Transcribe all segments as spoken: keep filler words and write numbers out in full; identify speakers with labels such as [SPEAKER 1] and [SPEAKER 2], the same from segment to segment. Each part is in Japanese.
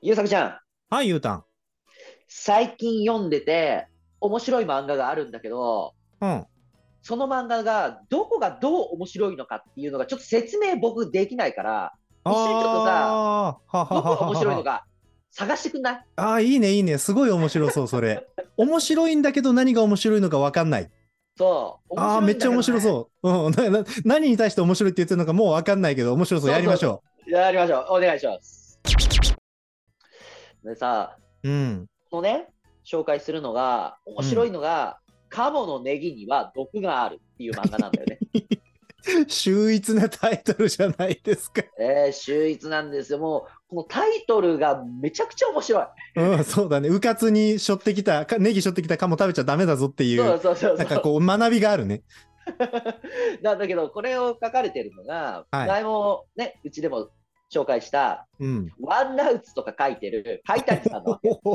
[SPEAKER 1] ゆうさくちゃん、
[SPEAKER 2] はい、ゆうたん。
[SPEAKER 1] 最近読んでて面白い漫画があるんだけど、
[SPEAKER 2] うん。あ
[SPEAKER 1] その漫画がどこがどう面白いのかっていうのがちょっと説明僕できないから、
[SPEAKER 2] あ、
[SPEAKER 1] 一緒にちょっとさ、
[SPEAKER 2] ははは
[SPEAKER 1] どこが面
[SPEAKER 2] ははは。
[SPEAKER 1] 白いのか探してくんない？
[SPEAKER 2] ああ、いいね、いいね。すごい面白そう、それ。面白いんだけど何が面白いのかわかんない。
[SPEAKER 1] そう、面
[SPEAKER 2] ああ、
[SPEAKER 1] 白いん
[SPEAKER 2] めっちゃ面
[SPEAKER 1] だけどね。
[SPEAKER 2] 白そう。うん。な、な、何に対して面白いって言ってるのかもうわかんないけど、面白そう。
[SPEAKER 1] そうそうそ
[SPEAKER 2] やりましょ
[SPEAKER 1] う。やりましょう。お願いします。でさ、
[SPEAKER 2] う。うん。
[SPEAKER 1] このね、紹介するのが、面白
[SPEAKER 2] うん。
[SPEAKER 1] いのが、カモのネギには毒があるっていう漫画なんだよね。
[SPEAKER 2] 秀逸なタイトルじゃないですか。
[SPEAKER 1] えー、秀逸なんですよ。もう、このタイトルがめちゃくちゃ面白い。
[SPEAKER 2] うん、そうだね。うかつに背負ってきた、かネギ背負ってきたカモ食べちゃダメだぞっていう、
[SPEAKER 1] そうそうそうそう。
[SPEAKER 2] なんかこう、学びがあるね。
[SPEAKER 1] なんだけど、これを書かれてるのが、
[SPEAKER 2] はい。
[SPEAKER 1] 前もね、うちでも紹介した、
[SPEAKER 2] うん。
[SPEAKER 1] ワンナウツとか書いてる、海谷さんなわけ。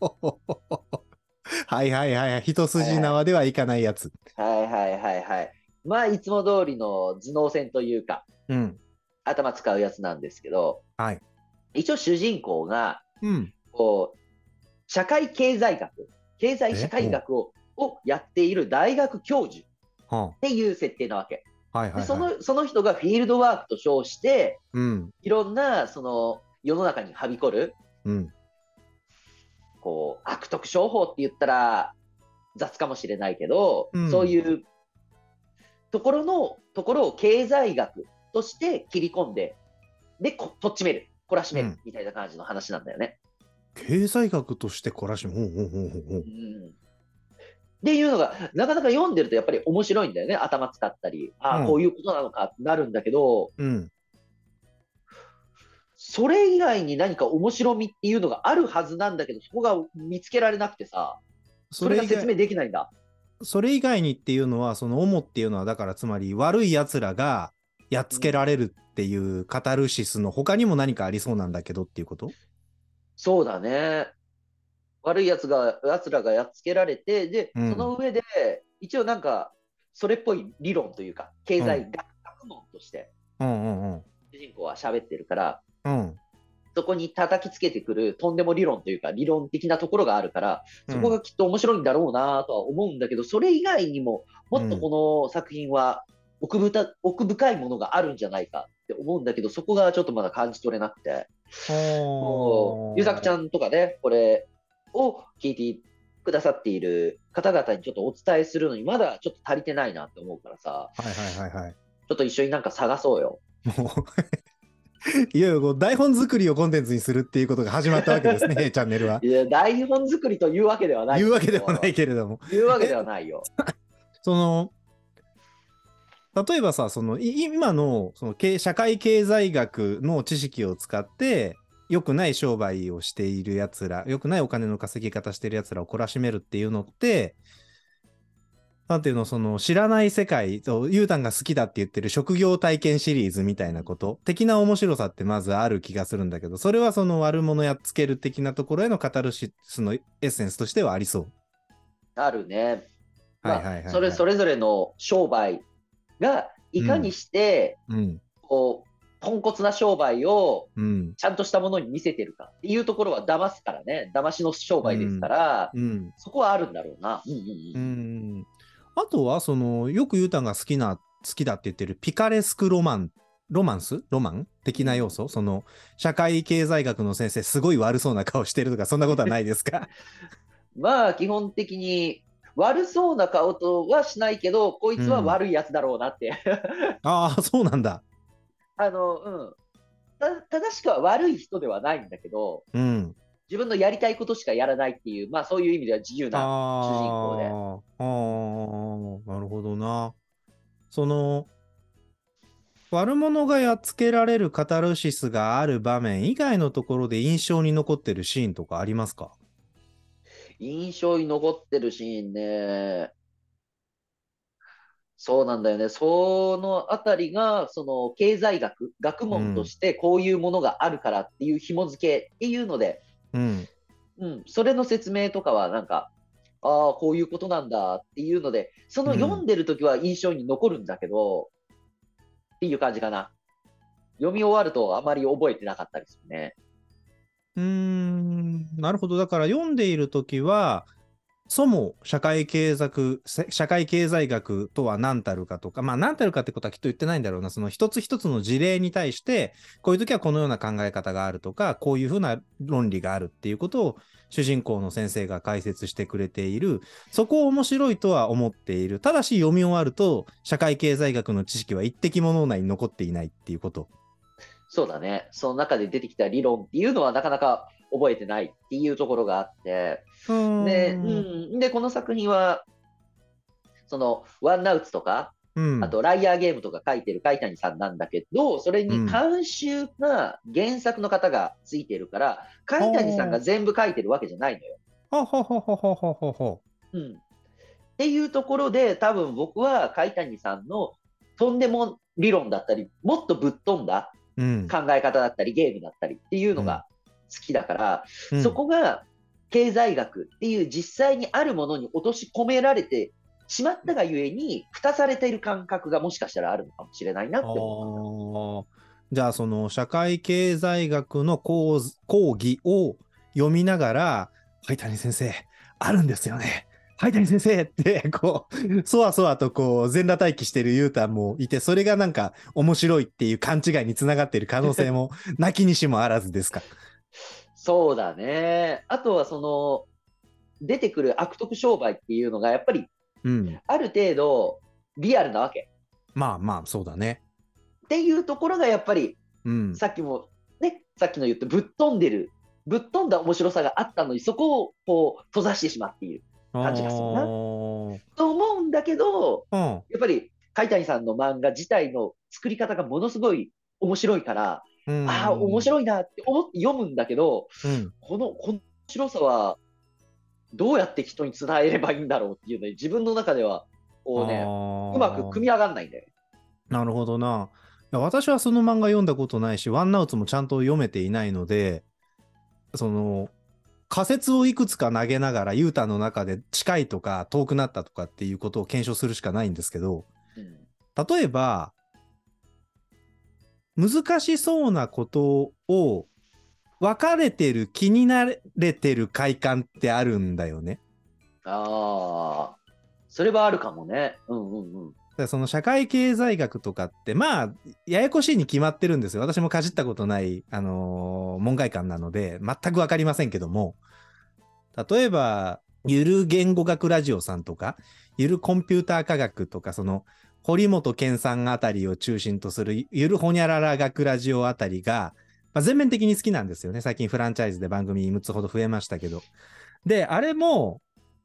[SPEAKER 2] はいはいはいはい。一
[SPEAKER 1] はいはい。
[SPEAKER 2] 筋縄ではいかないやつ。
[SPEAKER 1] はいはいはいはい。まあ、いつも通りの頭脳戦というか、
[SPEAKER 2] うん。
[SPEAKER 1] 頭使うやつなんですけど、
[SPEAKER 2] はい。
[SPEAKER 1] 一応主人公が、
[SPEAKER 2] うん。
[SPEAKER 1] こう、社会経済学、経済社
[SPEAKER 2] えおう。
[SPEAKER 1] 会学ををやっている大学教授
[SPEAKER 2] は
[SPEAKER 1] っていう設定なわけ。
[SPEAKER 2] あ。はい
[SPEAKER 1] で、
[SPEAKER 2] はいはい。
[SPEAKER 1] その、その人がフィールドワークと称して、
[SPEAKER 2] うん。
[SPEAKER 1] いろんな、その、世の中にはびこる、
[SPEAKER 2] うん。
[SPEAKER 1] こう、悪徳商法って言ったら雑かもしれないけど、
[SPEAKER 2] うん。
[SPEAKER 1] そういうところの、ところを経済学として切り込んで、で、こ、とっちめる、懲らしめる、
[SPEAKER 2] うん。
[SPEAKER 1] みたいな感じの話なんだよね。
[SPEAKER 2] 経済学として懲らしめ、ほうほうほうほうほう。
[SPEAKER 1] うん。っていうのが、なかなか読んでるとやっぱり面白いんだよね。頭使ったり、ああ、こ
[SPEAKER 2] うん。
[SPEAKER 1] ういうことなのかってなるんだけど、
[SPEAKER 2] うん。
[SPEAKER 1] それ以外に何か面白みっていうのがあるはずなんだけど、そこが見つけられなくてさ、
[SPEAKER 2] それ以外、
[SPEAKER 1] それが説明できないんだ。
[SPEAKER 2] それ以外にっていうのは、その主っていうのは、だからつまり悪い奴らがやっつけ
[SPEAKER 1] うん。
[SPEAKER 2] られるっていうカタルシスの他にも何かありそうなんだけどっていうこと？
[SPEAKER 1] そうだね。悪い奴が、奴らがやっつけられて、で、
[SPEAKER 2] うん。
[SPEAKER 1] その上で、一応なんか、それっぽい理論というか、経
[SPEAKER 2] うん。
[SPEAKER 1] 済学学問として、
[SPEAKER 2] うんうんうん。
[SPEAKER 1] 主人公は喋ってるから、
[SPEAKER 2] うん。
[SPEAKER 1] そこに叩きつけてくるとんでも理論というか、理論的なところがあるから、
[SPEAKER 2] うん。
[SPEAKER 1] そこがきっと面白いんだろうなとは思うんだけど、それ以外にも、もっと
[SPEAKER 2] うん。
[SPEAKER 1] この作品は奥深奥深いものがあるんじゃないかって思うんだけど、そこがちょっとまだ感じ取れなくて、もう、ゆさくちゃ
[SPEAKER 2] は
[SPEAKER 1] んとかね、これを聞いてくださっている方々にちょっとお伝えするのに、まだちょっと足りてないなって思うからさ、
[SPEAKER 2] あ。はいはいはいはい。
[SPEAKER 1] ちょっと一緒になんか探そうよ。
[SPEAKER 2] もういよいよこう台本作りをコンテンツにするっていうことが始まったわけですね、チャンネルは。
[SPEAKER 1] いや、台本作りというわけではない
[SPEAKER 2] 言う
[SPEAKER 1] んだ
[SPEAKER 2] わけではな
[SPEAKER 1] けど、
[SPEAKER 2] いけれども。
[SPEAKER 1] いうわけで
[SPEAKER 2] え、
[SPEAKER 1] はないよ。
[SPEAKER 2] その、例えばさ、その、い今の、その、経社会経済学の知識を使って、良くない商売をしている奴ら、良くないお金の稼ぎ方している奴らを懲らしめるっていうのって、なんていうの、その、知らない世界、そうユータンが好きだって言ってる職業体験シリーズみたいなこと、的な面白さってまずある気がするんだけど、それはその悪者やっつける的なところへのカタルシスのエッセンスとしてはありそう。
[SPEAKER 1] あるね。まあ、
[SPEAKER 2] はいはいはい
[SPEAKER 1] それ、
[SPEAKER 2] はい。
[SPEAKER 1] それぞれの商売が、い
[SPEAKER 2] うん、
[SPEAKER 1] かにして、
[SPEAKER 2] うん、
[SPEAKER 1] こう、ポンコツな商売を、
[SPEAKER 2] うん、
[SPEAKER 1] ちゃんとしたものに見せてるかっていうところは騙すからね。騙しの商売ですか
[SPEAKER 2] うん、
[SPEAKER 1] ら、
[SPEAKER 2] うん。
[SPEAKER 1] そこはあるんだろうな。うんうんう
[SPEAKER 2] う
[SPEAKER 1] ん。
[SPEAKER 2] ん。あとは、その、よくユータンが好きな、好きだって言ってるピカレスクロマン、ロマンスロマン的な要
[SPEAKER 1] うん。
[SPEAKER 2] 素その、社会経済学の先生、すごい悪そうな顔してるとか、そんなことはないですか？
[SPEAKER 1] まあ、基本的に、悪そうな顔とはしないけど、こいつは
[SPEAKER 2] うん。
[SPEAKER 1] 悪いやつだろうなって
[SPEAKER 2] ああ、そうなんだ。
[SPEAKER 1] あの、うん。た、正しくは悪い人ではないんだけど、
[SPEAKER 2] うん。
[SPEAKER 1] 自分のやりたいことしかやらないっていう、まあそういう意味では自由な主人公で。
[SPEAKER 2] ああ、ああ、なるほどな。その、悪者がやっつけられるカタルシスがある場面以外のところで印象に残ってるシーンとかありますか？
[SPEAKER 1] 印象に残ってるシーンね。そうなんだよね。そのあたりが、その経済学、学
[SPEAKER 2] うん、
[SPEAKER 1] 問としてこういうものがあるからっていう紐付けっていうので、
[SPEAKER 2] うん、
[SPEAKER 1] うん、それの説明とかはなんか、ああ、こういうことなんだっていうので、その読
[SPEAKER 2] うん。
[SPEAKER 1] んでる時は印象に残るんだけど、っていう感じかな。読み終わるとあまり覚えてなかったりするね。
[SPEAKER 2] うーん、なるほど。だから読んでいるときは、そも社会経済せ社会経済学とは何たるかとか、まあ何たるかってことはきっと言ってないんだろうな。その一つ一つの事例に対して、こういう時はこのような考え方があるとか、こういうふうな論理があるっていうことを主人公の先生が解説してくれている。そこを面白いとは思っている。ただし読み終わると、社会経済学の知識は一滴も脳内に残っていないっていうこと。
[SPEAKER 1] そうだね。その中で出てきた理論っていうのはなかなか覚えてないっていうところがあって、
[SPEAKER 2] うー
[SPEAKER 1] で、う
[SPEAKER 2] ん。
[SPEAKER 1] ん、で、この作品は、その、ワンナウツとか、
[SPEAKER 2] うん。
[SPEAKER 1] あと、ライアーゲームとか書いてる海谷さんなんだけど、それに
[SPEAKER 2] うん。
[SPEAKER 1] 監修が原作の方がついてるから、海谷さんが
[SPEAKER 2] は
[SPEAKER 1] 全部書いてるわけじゃないのよ。
[SPEAKER 2] あ。はははははははは。
[SPEAKER 1] うん。っていうところで、多分僕は海谷さんのとんでも理論だったり、もっとぶっ飛んだ
[SPEAKER 2] うん。
[SPEAKER 1] 考え方だったり、ゲームだったりっていう
[SPEAKER 2] うん。
[SPEAKER 1] のが好きだから、そ
[SPEAKER 2] うん。
[SPEAKER 1] こが経済学っていう実際にあるものに落とし込められてしまったがゆえに、蓋されている感覚がもしかしたらあるのかもしれないな
[SPEAKER 2] あ
[SPEAKER 1] って思った。
[SPEAKER 2] あ。じゃあ、その社会経済学の講義講義を読みながら、はい、谷先生、あるんですよね。はい、谷先生って、こう、そわそわとこう、全裸待機してるユータもいて、それがなんか面白いっていう勘違いにつながっている可能性も、なきにしもあらずですか。
[SPEAKER 1] そうだね。あとはその、出てくる悪徳商売っていうのが、やっぱり
[SPEAKER 2] うん。
[SPEAKER 1] ある程度リアルなわけ。
[SPEAKER 2] まあまあ、そうだね。
[SPEAKER 1] っていうところがやっぱり、
[SPEAKER 2] うん。
[SPEAKER 1] さっきもね、さっきの言ったぶっ飛んでる、ぶっ飛んだ面白さがあったのに、そこをこう閉ざしてしまっている
[SPEAKER 2] あ
[SPEAKER 1] 感じがするな。
[SPEAKER 2] あ。
[SPEAKER 1] と思うんだけど、
[SPEAKER 2] うん。
[SPEAKER 1] やっぱり海谷さんの漫画自体の作り方がものすごい面白いから、
[SPEAKER 2] う
[SPEAKER 1] ああ、面
[SPEAKER 2] ん。
[SPEAKER 1] 白いなって思って読むんだけど、
[SPEAKER 2] うん。
[SPEAKER 1] この、この面白さはどうやって人に伝えればいいんだろうっていうのに自分の中では、
[SPEAKER 2] あ
[SPEAKER 1] こうね、うまく組み
[SPEAKER 2] あ。
[SPEAKER 1] 上がんないんだよね。
[SPEAKER 2] なるほどな。いや私はその漫画読んだことないし、ワンナウツもちゃんと読めていないので、その、仮説をいくつか投げながら、ユータの中で近いとか遠くなったとかっていうことを検証するしかないんですけど、
[SPEAKER 1] うん。
[SPEAKER 2] 例えば、難しそうなことを分かれてる、気になれてる快感ってあるんだよね。
[SPEAKER 1] ああ、それはあるかもね。うんうんうん。
[SPEAKER 2] だからその社会経済学とかって、まあ、ややこしいに決まってるんですよ。私もかじったことない、あのー門外漢なので、全くわかりませんけども、例えば、ゆる言語学ラジオさんとか、ゆるコンピューター科学とか、その、堀本健さんあたりを中心とする、ゆるほにゃらら学ラジオあたりが、まあ、全面的に好きなんですよね。最近フランチャイズで番組むっつほど増えましたけど。で、あれも、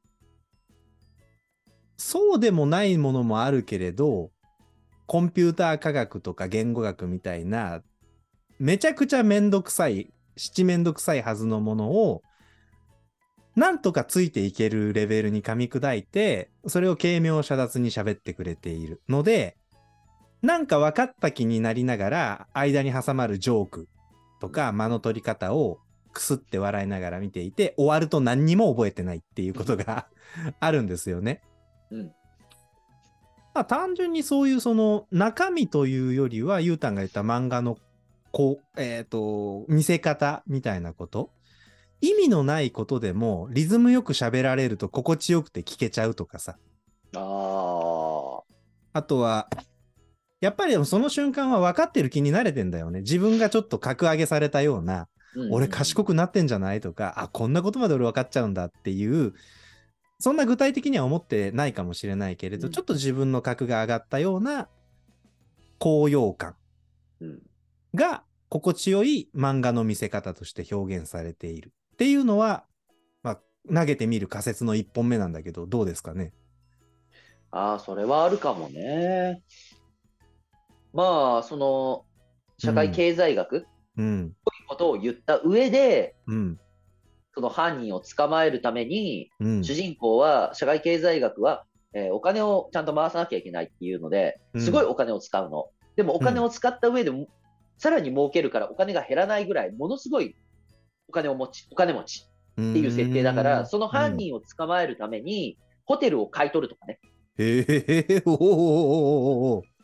[SPEAKER 2] そうでもないものもあるけれど、コンピューター科学とか言語学みたいな、めちゃくちゃめんどくさい、七めんどくさいはずのものを、なんとかついていけるレベルに噛み砕いて、それを軽妙遮奪に喋ってくれているので、なんか分かった気になりながら、間に挟まるジョークとか間の取り方をくすって笑いながら見ていて、終わると何にも覚えてないっていうことがあるんですよね。
[SPEAKER 1] うん。
[SPEAKER 2] まあ、単純にそういうその中身というよりは、ゆうたんが言った漫画のこう、えっと、見せ方みたいなこと。意味のないことでもリズムよく喋られると心地よくて聞けちゃうとかさ。
[SPEAKER 1] ああ、
[SPEAKER 2] あとは、やっぱりその瞬間は分かってる気になれてんだよね。自分がちょっと格上げされたような、
[SPEAKER 1] うんうん
[SPEAKER 2] 俺
[SPEAKER 1] うん。
[SPEAKER 2] 賢くなってんじゃないとか、あ、こんなことまで俺分かっちゃうんだっていう、そんな具体的には思ってないかもしれないけれど、ちょ
[SPEAKER 1] うん
[SPEAKER 2] っと自分の格が上がったような高揚感
[SPEAKER 1] うん。
[SPEAKER 2] が心地よい漫画の見せ方として表現されているっていうのは、まあ、投げてみる仮説の一本目なんだけど、どうですかね。
[SPEAKER 1] ああ、それはあるかもね。まあ、その、社会
[SPEAKER 2] うん、
[SPEAKER 1] 経済学という
[SPEAKER 2] うん、
[SPEAKER 1] ことを言った上で、
[SPEAKER 2] うん、
[SPEAKER 1] その犯人を捕まえるために、
[SPEAKER 2] うん、
[SPEAKER 1] 主人公は、社会経済学は、えーお金をちゃんと回さなきゃいけないっていうので、
[SPEAKER 2] うん、
[SPEAKER 1] すごいお金を使うの。でもお
[SPEAKER 2] うん、
[SPEAKER 1] 金を使った上でも、さらに儲けるからお金が減らないぐらい、ものすごいお金を持ち、お金持ち
[SPEAKER 2] うー
[SPEAKER 1] っていう設定だから、
[SPEAKER 2] ん、
[SPEAKER 1] その
[SPEAKER 2] うん。
[SPEAKER 1] 犯人を捕まえるために、ホテルを買い取るとかね。
[SPEAKER 2] へえ、おおおおおお。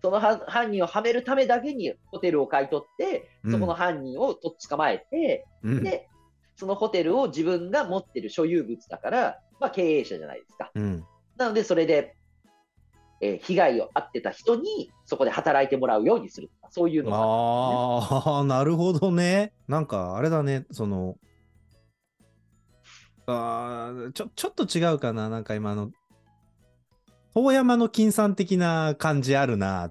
[SPEAKER 1] そのは犯人をはめるためだけにホテルを買い取って、そこの犯人をと捕まえて、
[SPEAKER 2] うん、
[SPEAKER 1] で、そのホテルを自分が持ってる所有物だから、まあ、経営者じゃないですか。
[SPEAKER 2] うん、
[SPEAKER 1] なので、それで、えー被害を遭ってた人に、そこで働いてもらうようにするとか、そういうのがあったんですね。
[SPEAKER 2] ああ、なるほどね。なんかあれだね、その、あーちょ、ちょっと違うかな。なんか今あの、遠山の金さん的な感じあるなって。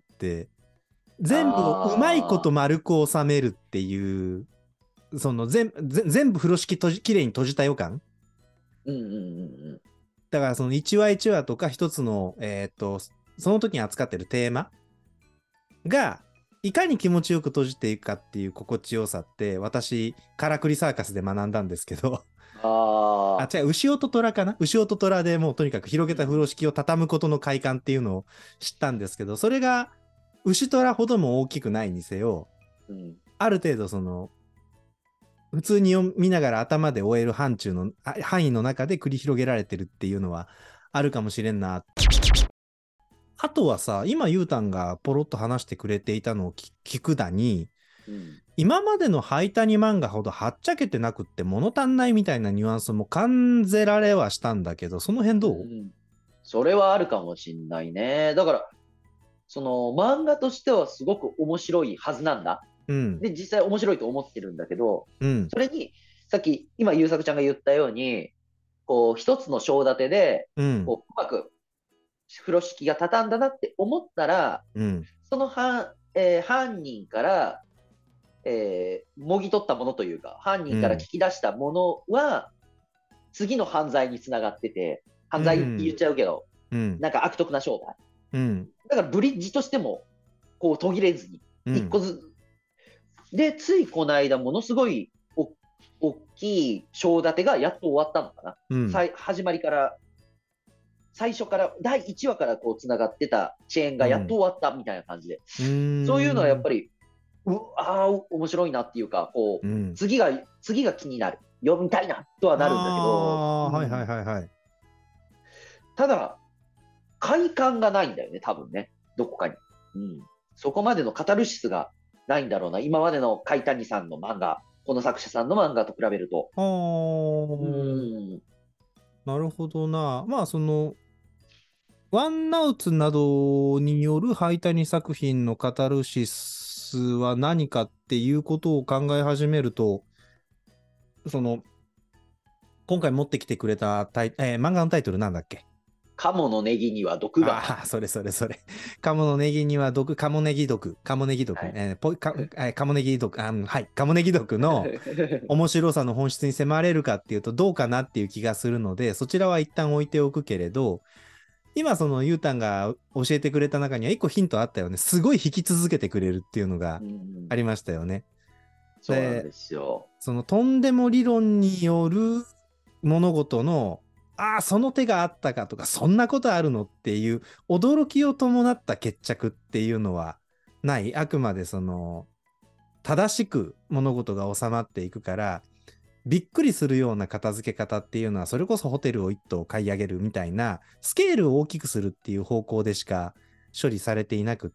[SPEAKER 2] 全部をうまいこ
[SPEAKER 1] ああ、
[SPEAKER 2] と丸く収めるっていう、その全ぜ全部風呂敷閉じきれいに閉じた予感。
[SPEAKER 1] うんうんうんうん。
[SPEAKER 2] だからそのいちわいちわとか一つの、えーっと、その時に扱ってるテーマが、いかに気持ちよく閉じていくかっていう心地よさって、私、カラクリサーカスで学んだんですけど、あ、
[SPEAKER 1] ああ、
[SPEAKER 2] 違う、牛音虎かな牛音虎でもうとにかく広げた風呂
[SPEAKER 1] うん
[SPEAKER 2] 敷を畳むことの快感っていうのを知ったんですけど、それが牛虎ほども大きくないにせよ、
[SPEAKER 1] うん。
[SPEAKER 2] ある程度その、普通に読みながら頭で終える範疇の、あ範囲の中で繰り広げられてるっていうのはあるかもしれんな。あとはさ、今ゆうたんがポロッと話してくれていたのを聞聞くだに、
[SPEAKER 1] うん
[SPEAKER 2] 今までのハイタニ漫画ほどはっちゃけてなくって物足んないみたいなニュアンスも感じられはしたんだけど、その辺どう？
[SPEAKER 1] うん、それはあるかもしんないね。だから、その漫画としてはすごく面白いはずなんだ。
[SPEAKER 2] うん、
[SPEAKER 1] で、実際面白いと思ってるんだけど、
[SPEAKER 2] うん、
[SPEAKER 1] それに、さっき、今、優作ちゃんが言ったように、こう、一つの章立てで、
[SPEAKER 2] うん、
[SPEAKER 1] こう、うまく風呂敷が畳んだなって思ったら、
[SPEAKER 2] うん、
[SPEAKER 1] その犯、えー犯人から、えーもぎ取ったものというか、犯人から
[SPEAKER 2] うん、
[SPEAKER 1] 聞き出したものは、次の犯罪につながってて、
[SPEAKER 2] う
[SPEAKER 1] 犯罪って言っ
[SPEAKER 2] ん、
[SPEAKER 1] ちゃうけど、
[SPEAKER 2] うん、
[SPEAKER 1] なんか悪徳な商売。
[SPEAKER 2] うん、
[SPEAKER 1] だからブリッジとしても、こう途切れずに、
[SPEAKER 2] うん、
[SPEAKER 1] 一個ずつ。で、ついこの間、ものすごいお大きい章立てがやっと終わったのかな。
[SPEAKER 2] うん、
[SPEAKER 1] さい始まりから、最初から、だいいちわからこうつながってたチェーンがやっと終わったみたいな感じで。
[SPEAKER 2] う
[SPEAKER 1] そういうのはやっ
[SPEAKER 2] ん、
[SPEAKER 1] ぱり、うああ、面白いなっていうか、こう、
[SPEAKER 2] うん。
[SPEAKER 1] 次が、次が気になる。読みたいなとはなるんだけど、
[SPEAKER 2] ああー、はいはい
[SPEAKER 1] うん、
[SPEAKER 2] はいはい。
[SPEAKER 1] ただ、快感がないんだよね、多分ね。どこかに。うん。そこまでのカタルシスがないんだろうな。今までの海谷さんの漫画、この作者さんの漫画と比べると。
[SPEAKER 2] あ
[SPEAKER 1] う
[SPEAKER 2] ー、
[SPEAKER 1] ーん。
[SPEAKER 2] なるほどな。まあ、その、ワンナウツなどによるハイタニ作品のカタルシスは何かっていうことを考え始めると、その、今回持ってきてくれたタイ、えー漫画のタイトルなんだっけ？
[SPEAKER 1] 鴨のネギには毒がある。
[SPEAKER 2] ああ、それそれそれ。鴨のネギには毒、鴨ネギ毒、鴨ネギ毒、
[SPEAKER 1] はい。
[SPEAKER 2] えー、ぽいか、えー、鴨ネギ毒、あー、はい、鴨ネギ毒の面白さの本質に迫れるかっていうとどうかなっていう気がするので、そちらは一旦置いておくけれど、今そのゆうたんが教えてくれた中には一個ヒントあったよね。すごい弾き続けてくれるっていうのが
[SPEAKER 1] うん、
[SPEAKER 2] ありましたよね。で、
[SPEAKER 1] そうなんですよ。
[SPEAKER 2] そのとんでも理論による物事の、ああ、その手があったかとか、そんなことあるのっていう驚きを伴った決着っていうのはない。あくまでその正しく物事が収まっていくから、びっくりするような片付け方っていうのは、それこそホテルを一棟買い上げるみたいな、スケールを大きくするっていう方向でしか処理されていなくって、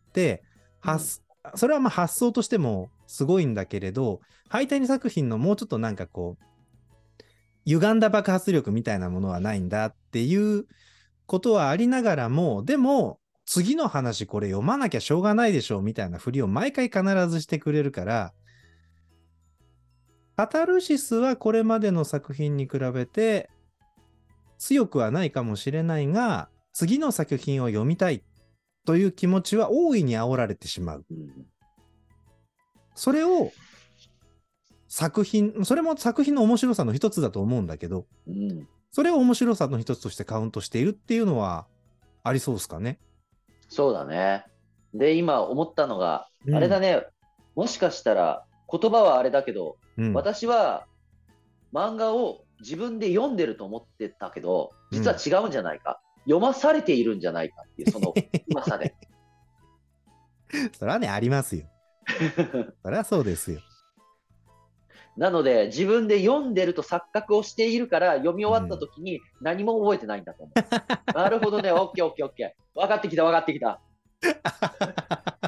[SPEAKER 1] うん、
[SPEAKER 2] 発それはまあ発想としてもすごいんだけれど、ハイタニ作品のもうちょっとなんかこう、歪んだ爆発力みたいなものはないんだっていうことはありながらも、でも、次の話これ読まなきゃしょうがないでしょうみたいな振りを毎回必ずしてくれるから、カタルシスはこれまでの作品に比べて強くはないかもしれないが、次の作品を読みたいという気持ちは大いに煽られてしまう。
[SPEAKER 1] うん、
[SPEAKER 2] それを作品、それも作品の面白さの一つだと思うんだけど、
[SPEAKER 1] うん、
[SPEAKER 2] それを面白さの一つとしてカウントしているっていうのはありそうですかね。
[SPEAKER 1] そうだね。で、今思ったのが、
[SPEAKER 2] うん。
[SPEAKER 1] あれだね、もしかしたら、言葉はあれだけど、
[SPEAKER 2] うん。
[SPEAKER 1] 私は漫画を自分で読んでると思ってたけど、実は
[SPEAKER 2] うん。
[SPEAKER 1] 違うんじゃないか。読まされているんじゃないかっていう、そのうまさで。
[SPEAKER 2] それはね、ありますよ。それはそうですよ。
[SPEAKER 1] なので、自分で読んでると錯覚をしているから、読み終わった
[SPEAKER 2] うん。
[SPEAKER 1] 時に何も覚えてないんだと思う。なるほどね、オッケーオッケーオッケー。分かってきた、分かってきた。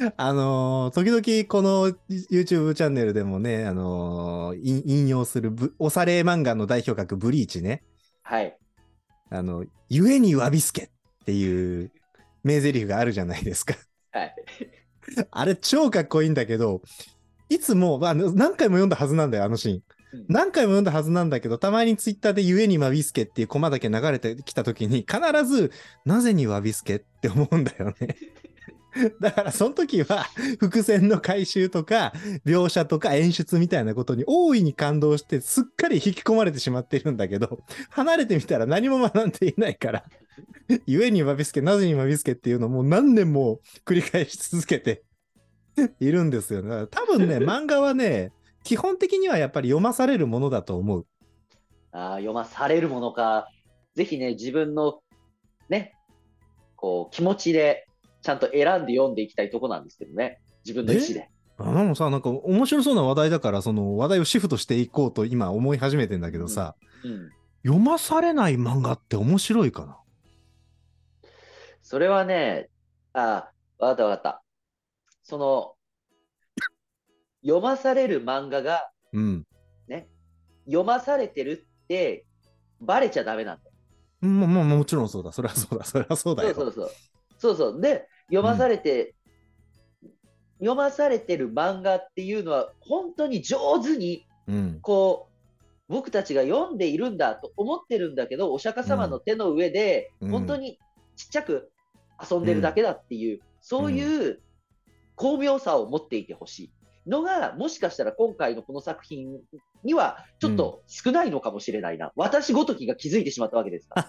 [SPEAKER 2] あのー時々この YouTube チャンネルでもね、あのー引引用するぶおされ漫画の代表格ブリーチね。
[SPEAKER 1] はい。
[SPEAKER 2] あの、ゆえにわびすけっていう名台詞があるじゃないですか。
[SPEAKER 1] はい。
[SPEAKER 2] あれ超かっこいいんだけど、いつも、まあ、何回も読んだはずなんだよ、あのシーン。
[SPEAKER 1] うん、
[SPEAKER 2] 何回も読んだはずなんだけど、たまにツイッターでゆえにわびすけっていうコマだけ流れてきたときに、必ず、なぜにわびすけって思うんだよね。だからその時は伏線の回収とか描写とか演出みたいなことに大いに感動してすっかり引き込まれてしまっているんだけど、離れてみたら何も学んでいないから、ゆえにわびすけ、なぜにわびすけっていうのをもう何年も繰り返し続けているんですよね。だから多分ね、漫画はね、基本的にはやっぱり読まされるものだと思う。
[SPEAKER 1] ああ、読まされるものか。ぜひね、自分のね、こう、気持ちでちゃんと選んで読んでいきたいとこなんですけどね。自分の意思
[SPEAKER 2] で、
[SPEAKER 1] で。
[SPEAKER 2] あのさ、なんか面白そうな話題だから、その話題をシフトしていこうと今思い始めてんだけど
[SPEAKER 1] うん。
[SPEAKER 2] さ、
[SPEAKER 1] うん。
[SPEAKER 2] 読まされない漫画って面白いかな？
[SPEAKER 1] それはね、ああ、わかったわかった。その、読まされる漫画が、
[SPEAKER 2] うん。
[SPEAKER 1] ね、読まされてるってバレちゃダメなんだよ。
[SPEAKER 2] もももちろんそうだ。それはそうだ。それはそうだよ。
[SPEAKER 1] そうそうそう。そうそう。で、読まさ
[SPEAKER 2] うん。
[SPEAKER 1] れて、読まされてる漫画っていうのは、本当に上手に、
[SPEAKER 2] うん。
[SPEAKER 1] こう、僕たちが読んでいるんだと思ってるんだけど、お釈迦
[SPEAKER 2] うん。
[SPEAKER 1] 様の手の上で、
[SPEAKER 2] うん。
[SPEAKER 1] 本当にちっちゃく遊ん
[SPEAKER 2] うん。
[SPEAKER 1] でるだけだっていう、そう
[SPEAKER 2] うん。
[SPEAKER 1] いう巧妙さを持っていてほしいのが、もしかしたら今回のこの作品にはちょ
[SPEAKER 2] うん。
[SPEAKER 1] っと少ないのかもしれないな。私ごときが気づいてしまったわけですから。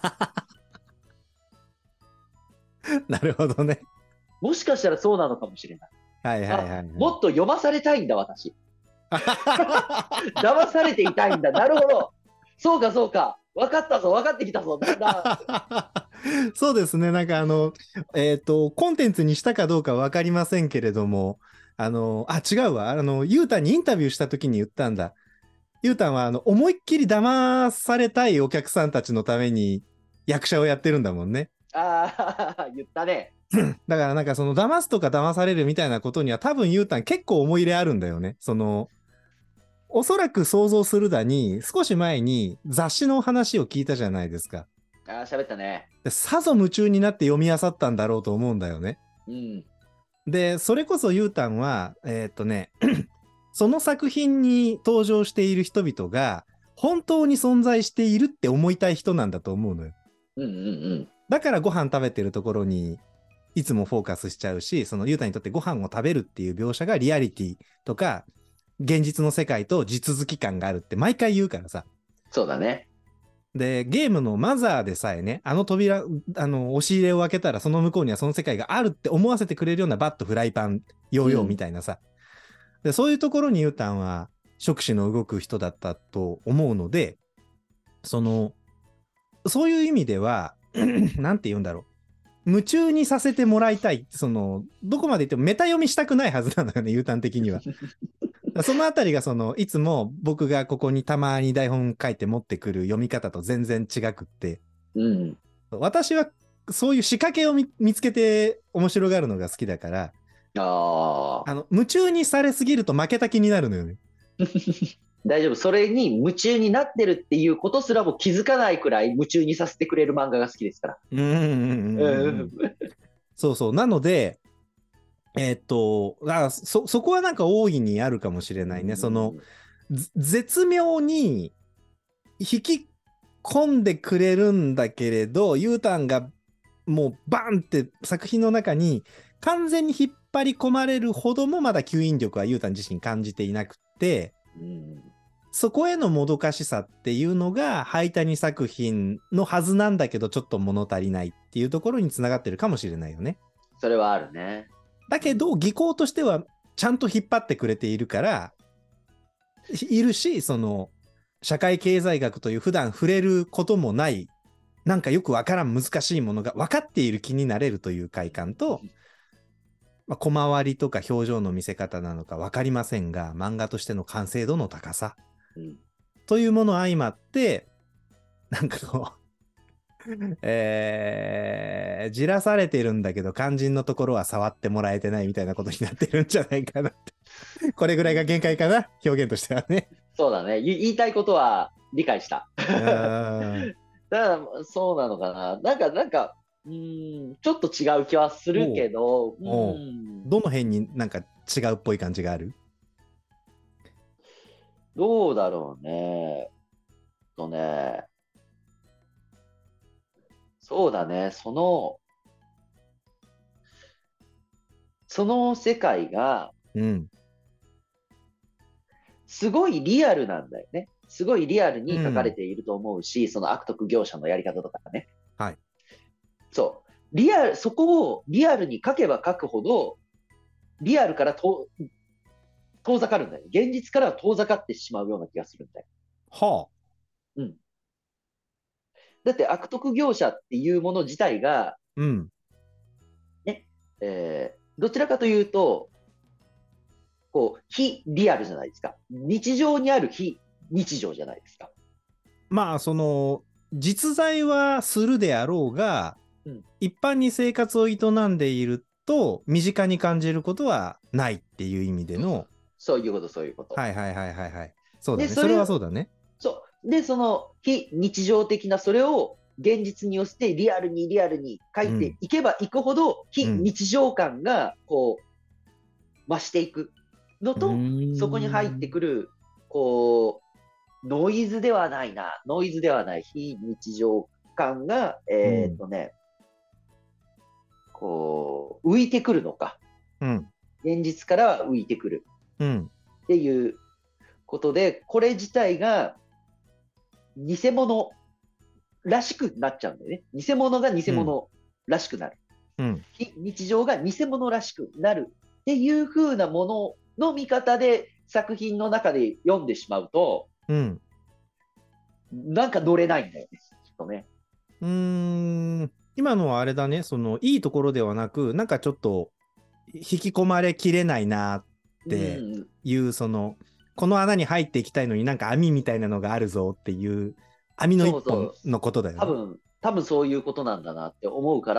[SPEAKER 2] なるほどね。
[SPEAKER 1] もしかしたらそうなのかもしれない。
[SPEAKER 2] はいはいはい
[SPEAKER 1] あ、
[SPEAKER 2] はい。
[SPEAKER 1] もっと読まされたいんだ、私。騙されていたいんだ。なるほど。そうか、そうか。分かったぞ、分かってきたぞ。だんだ
[SPEAKER 2] そうですね。なんかあの、えっと、コンテンツにしたかどうかわかりませんけれども、あの、あ、違うわ。あの、ゆうたにインタビューした時に言ったんだ。ゆうたんは、あの、思いっきり騙されたいお客さんたちのために役者をやってるんだもんね。
[SPEAKER 1] ん。ああ、言ったね。
[SPEAKER 2] だからなんかその騙すとか騙されるみたいなことには多分ゆうたん結構思い入れあるんだよね。その、おそらく想像するだに、少し前に雑誌の話を聞いたじゃないですか。
[SPEAKER 1] ああ、喋ったね。
[SPEAKER 2] でさぞ夢中になって読み漁ったんだろうと思うんだよね。
[SPEAKER 1] うん。
[SPEAKER 2] で、それこそゆうたんは、えーっとね、その作品に登場している人々が本当に存在しているって思いたい人なんだと思うのよ。
[SPEAKER 1] うんうんうん。
[SPEAKER 2] だからご飯食べてるところにいつもフォーカスしちゃうし、そのゆうたにとってご飯を食べるっていう描写がリアリティとか現実の世界と地続き感があるって毎回言うからさ。
[SPEAKER 1] そうだね。
[SPEAKER 2] で、ゲームのマザーでさえね、あの扉、あの、押し入れを開けたらその向こうにはその世界があるって思わせてくれるようなバット、フライパン、ヨーヨーみ
[SPEAKER 1] うん。
[SPEAKER 2] たいなさ。で、そういうところにユータンは触手の動く人だったと思うので、その、そういう意味では、なんて言うんだろう。夢中にさせてもらいたい。その、どこまで言ってもメタ読みしたくないはずなんだよね、ユータン的には。そのあたりがその、いつも僕がここにたまに台本書いて持ってくる読み方と全然違くって、
[SPEAKER 1] うん。
[SPEAKER 2] 私はそういう仕掛けを見見つけて面白がるのが好きだから、
[SPEAKER 1] ああ。
[SPEAKER 2] あの、夢中にされすぎると負けた気になるのよね。
[SPEAKER 1] 大丈夫。それに夢中になってるっていうことすらも気づかないくらい夢中にさせてくれる漫画が好きですから。
[SPEAKER 2] うんうんうんうんうん。
[SPEAKER 1] うん。
[SPEAKER 2] そうそう。なので、えーっと、あ、そ、そこはなんか大いにあるかもしれ
[SPEAKER 1] う
[SPEAKER 2] ないね。その、
[SPEAKER 1] ん。
[SPEAKER 2] ず絶妙に引き込んでくれるんだけれど、ユータンがもうバンって作品の中に完全に引っ張り込まれるほどもまだ吸引力はユータン自身感じていなくて、
[SPEAKER 1] うん。
[SPEAKER 2] そこへのもどかしさっていうのが、ハイタニ作品のはずなんだけど、ちょっと物足りないっていうところにつながってるかもしれないよね。
[SPEAKER 1] それはあるね。
[SPEAKER 2] だけど、技巧としては、ちゃんと引っ張ってくれているから、いるし、その、社会経済学という普段触れることもない、なんかよくわからん難しいものが分かっている気になれるという快感と、まあ、小回りとか表情の見せ方なのか分かりませんが、漫画としての完成度の高さ
[SPEAKER 1] うん。
[SPEAKER 2] というもの相まって、なんかこう、 えー、じらされてるんだけど肝心のところは触ってもらえてないみたいなことになってるんじゃないかなって。これぐらいが限界かな、表現としてはね。
[SPEAKER 1] そうだね。言いたいことは理解した。
[SPEAKER 2] うん。
[SPEAKER 1] だから、そうなのかな。なんか、なんか、うーん、ちょっと違う気はするけど、う
[SPEAKER 2] おう
[SPEAKER 1] ーん、
[SPEAKER 2] どの辺になんか違うっぽい感じがある？
[SPEAKER 1] どうだろうね。とね、そうだね。その、その世界が、
[SPEAKER 2] うん。
[SPEAKER 1] すごいリアルなんだよね。すごいリアルに書かれ
[SPEAKER 2] うん。
[SPEAKER 1] ていると思うし、その悪徳業者のやり方とかね。
[SPEAKER 2] はい。
[SPEAKER 1] そう。リアル、そこをリアルに書けば書くほど、リアルから遠遠ざかるんだよ。現実からは遠ざかってしまうような気がするんだよ。
[SPEAKER 2] はあ。
[SPEAKER 1] うん。だって悪徳業者っていうもの自体が、
[SPEAKER 2] うん。
[SPEAKER 1] ね、えーどちらかというと、こう、非リアルじゃないですか。日常にある非日常じゃないですか。
[SPEAKER 2] まあ、その、実在はするであろうが、
[SPEAKER 1] うん。
[SPEAKER 2] 一般に生活を営んでいると、身近に感じることはないっていう意味での、
[SPEAKER 1] そういうこと、そういうこと。
[SPEAKER 2] はいはいはいはいはい。そうだ
[SPEAKER 1] で、
[SPEAKER 2] ね。それ
[SPEAKER 1] それ、
[SPEAKER 2] はそうだね。
[SPEAKER 1] そう。で、その非日常的なそれを現実に寄せてリアルにリアルに書いて
[SPEAKER 2] うん。
[SPEAKER 1] いけばいくほど、非
[SPEAKER 2] うん。
[SPEAKER 1] 日常感がこう増していくの
[SPEAKER 2] う
[SPEAKER 1] と、そこに入って
[SPEAKER 2] ーん。
[SPEAKER 1] くる、こう、ノイズではないな、ノイズではない非日常感が、
[SPEAKER 2] うん。
[SPEAKER 1] えーっとね、こう、浮いてくるのか。
[SPEAKER 2] うん。
[SPEAKER 1] 現実からは浮いてくる
[SPEAKER 2] うん。
[SPEAKER 1] っていうことで、これ自体が偽物らしくなっちゃうんだよね。偽物が偽
[SPEAKER 2] うん。
[SPEAKER 1] 物らしくなる。
[SPEAKER 2] うん。
[SPEAKER 1] 非日常が偽物らしくなるっていう風なものの見方で作品の中で読んでしまうと、
[SPEAKER 2] うん。
[SPEAKER 1] なんか乗れないんだよね、きっとね。
[SPEAKER 2] うーん。今のはあれだね。その、いいところではなく、なんかちょっと、引き込まれきれないなっ
[SPEAKER 1] う
[SPEAKER 2] て
[SPEAKER 1] ん、
[SPEAKER 2] いう、その、この穴に入っていきたいのになんか網みたいなのがあるぞっていう、網の一
[SPEAKER 1] そうそう。
[SPEAKER 2] 本のことだよね。
[SPEAKER 1] 多分、多分そういうことなんだなって思うから、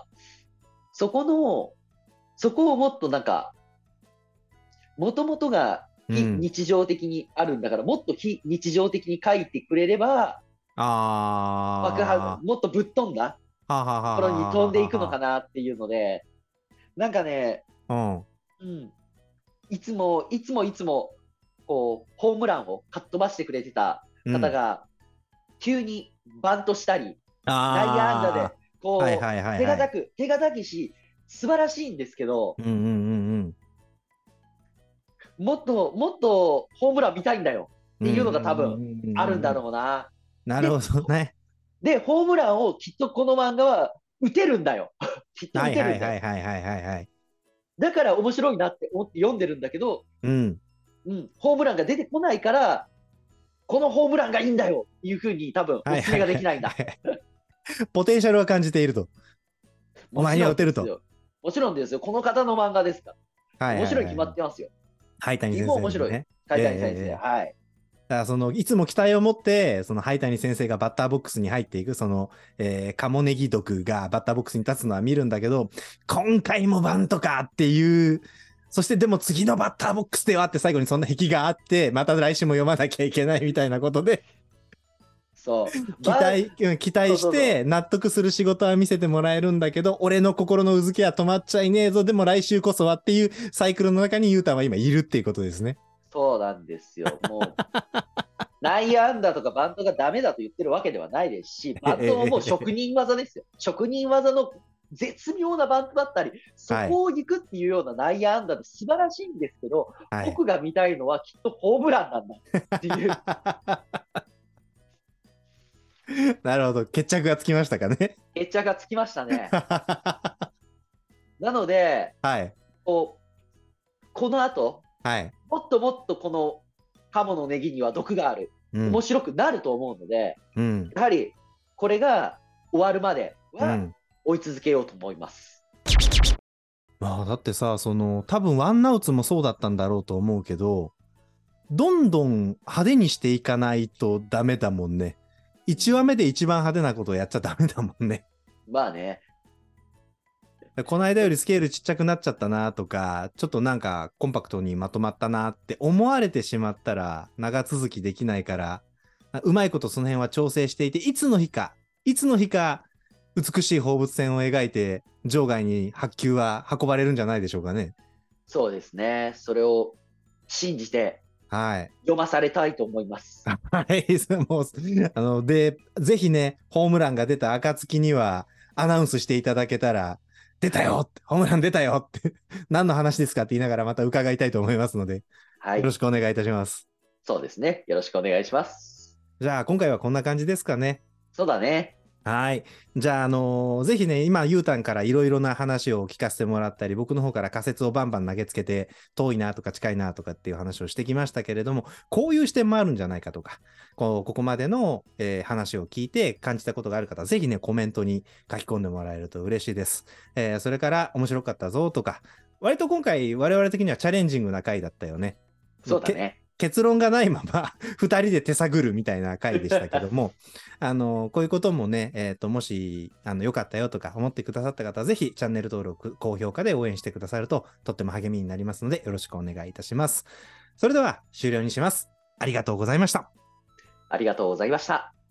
[SPEAKER 1] そこの、そこをもっとなんか、もともとが非
[SPEAKER 2] うん。
[SPEAKER 1] 日常的にあるんだから、もっと非日常的に書いてくれれば、爆破、
[SPEAKER 2] あ
[SPEAKER 1] もっとぶっ飛んだ
[SPEAKER 2] ー。ははは
[SPEAKER 1] ところに飛んでいくのか
[SPEAKER 2] ははは
[SPEAKER 1] なっていうので、なんかね、
[SPEAKER 2] は。
[SPEAKER 1] うん、いつも、いつもいつも、こう、ホームランをかっ飛ばしてくれてた
[SPEAKER 2] うん。うん。
[SPEAKER 1] 方が、急にバントしたり、内野安打で、
[SPEAKER 2] あー。はい
[SPEAKER 1] こう、
[SPEAKER 2] はいはいはい。
[SPEAKER 1] 手堅く、手堅きし、素晴らしいんですけど、
[SPEAKER 2] うんうんうん
[SPEAKER 1] もっと、もっとホームラン見たいんだよっ
[SPEAKER 2] うん。うん
[SPEAKER 1] ていうのが多分
[SPEAKER 2] うんうんうん
[SPEAKER 1] あるんだ
[SPEAKER 2] うんうん。
[SPEAKER 1] ろうな。
[SPEAKER 2] なるほ
[SPEAKER 1] で、
[SPEAKER 2] どね。
[SPEAKER 1] で、ホームランをきっとこの漫画は打てるんだよ。きっと
[SPEAKER 2] はいはい
[SPEAKER 1] 打てるんだよ。
[SPEAKER 2] はいはいはいはいはい。
[SPEAKER 1] だから面白いなって思って読んでるんだけど、
[SPEAKER 2] うん。
[SPEAKER 1] うん、ホームランが出てこないから、このホームランがいいんだよっていうふうに多分お勧めがで
[SPEAKER 2] はいはいはい
[SPEAKER 1] きないんだ。
[SPEAKER 2] はい。ポテンシャルは感じていると。お前
[SPEAKER 1] もちろ
[SPEAKER 2] には打てると。
[SPEAKER 1] んですよ。もちろんですよ。この方の漫画ですから。
[SPEAKER 2] はい
[SPEAKER 1] 面白い決ま
[SPEAKER 2] はいはいはい。
[SPEAKER 1] ってますよ。
[SPEAKER 2] 灰谷先
[SPEAKER 1] もう面白い。
[SPEAKER 2] 生のね。えええ
[SPEAKER 1] 海谷先生。
[SPEAKER 2] えええ。
[SPEAKER 1] はい。
[SPEAKER 2] だからその、いつも期待を持って、その灰谷先生がバッターボックスに入っていく、その、えー、カモネギ毒がバッターボックスに立つのは見るんだけど、今回もバントかっていう、そしてでも次のバッターボックスではって最後にそんな壁があって、また来週も読まなきゃいけないみたいなことで、
[SPEAKER 1] そう。
[SPEAKER 2] 期
[SPEAKER 1] ば、
[SPEAKER 2] 待、うん期
[SPEAKER 1] そ
[SPEAKER 2] 待し
[SPEAKER 1] うそうそ
[SPEAKER 2] て納得する仕事は見せてもらえるんだけど、俺の心のうずきは止まっちゃいねえぞ、でも来週こそはっていうサイクルの中にユータは今いるっていうことですね。
[SPEAKER 1] う。そうなんですよ。もう、内野安打とかバントがダメだと言ってるわけではないですし、バントももう職人技ですよ。職人技の絶妙なバントだったり、そ
[SPEAKER 2] はい。
[SPEAKER 1] こを行くっていうような内野安打で素晴らしいんですけど、
[SPEAKER 2] はい。
[SPEAKER 1] 僕が見たいのはきっとホームランなんだっていう。
[SPEAKER 2] なるほど。決着がつきましたかね。
[SPEAKER 1] 決着がつきましたね。なので、
[SPEAKER 2] はい。
[SPEAKER 1] こう、この後、
[SPEAKER 2] はい。
[SPEAKER 1] もっともっとこの鴨のネギには毒がある。
[SPEAKER 2] うん。
[SPEAKER 1] 面白くなると思うので、
[SPEAKER 2] うん。
[SPEAKER 1] やはりこれが終わるまでは
[SPEAKER 2] うん。
[SPEAKER 1] 追い続けようと思います。
[SPEAKER 2] まあ、だってさ、その、多分ワンナウツもそうだったんだろうと思うけど、どんどん派手にしていかないとダメだもんね。 いちわめで一番派手なことをやっちゃダメだもんね。
[SPEAKER 1] まあね。
[SPEAKER 2] この間よりスケールちっちゃくなっちゃったなとか、ちょっとなんかコンパクトにまとまったなって思われてしまったら長続きできないから、うまいことその辺は調整していて、いつの日か、いつの日か美しい放物線を描いて場外に白球は運ばれるんじゃないでしょうかね。
[SPEAKER 1] そうですね。それを信じて
[SPEAKER 2] はい。
[SPEAKER 1] 読まされたいと思います。
[SPEAKER 2] はい。それもうあの、で、ぜひね、ホームランが出た暁にはアナウンスしていただけたら、出たよって、ホームラン出たよって何の話ですかって言いながらまた伺いたいと思いますので、
[SPEAKER 1] はい。
[SPEAKER 2] よろしくお願いいたします。
[SPEAKER 1] そうですね。よろしくお願いします。
[SPEAKER 2] じゃあ、今回はこんな感じですかね。
[SPEAKER 1] そうだね。
[SPEAKER 2] はい。じゃあ、あのーぜひね、今、ゆうたんからいろいろな話を聞かせてもらったり、僕の方から仮説をバンバン投げつけて、遠いなとか近いなとかっていう話をしてきましたけれども、こういう視点もあるんじゃないかとか、こうここまでの、えー話を聞いて感じたことがある方、ぜひね、コメントに書き込んでもらえると嬉しいです。えーそれから、面白かったぞとか、割と今回、我々的にはチャレンジングな回だったよね。け
[SPEAKER 1] そうだね。
[SPEAKER 2] 結論がないままふたりで手探るみたいな回でしたけども、あの、こういうこともね、えっと、もし、あの、良かったよとか思ってくださった方は、ぜひチャンネル登録、高評価で応援してくださると、とっても励みになりますので、よろしくお願いいたします。それでは、終了にします。ありがとうございました。
[SPEAKER 1] ありがとうございました。